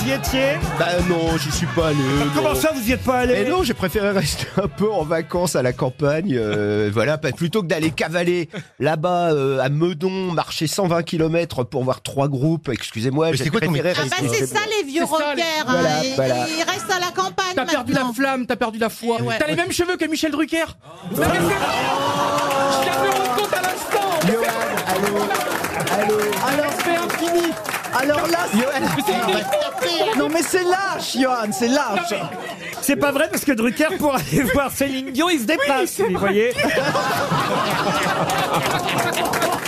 vous y étiez? Bah non, j'y suis pas allé. Comment non. ça, vous y êtes pas allé? Mais non, j'ai préféré rester un peu en vacances à la campagne, voilà, plutôt que d'aller cavaler là-bas à Meudon, marcher 120 km pour voir 3 groupes. Excusez-moi, j'ai préféré Ah bah rester. c'est ça les vieux C'est ça, rockers, Voilà, hein. voilà. Ils restent à la campagne T'as perdu la maintenant. flamme, t'as perdu la foi. Eh ouais. T'as les mêmes cheveux que Michel Drucker. Non, mais c'est vrai. Je viens de me rendre compte à l'instant. Johan, allô. Alors, C'est infini. alors là, Johan, non mais c'est lâche, Johan, c'est lâche. C'est pas vrai parce que Drucker, pour aller voir Céline Dion, il se déplace, vous voyez.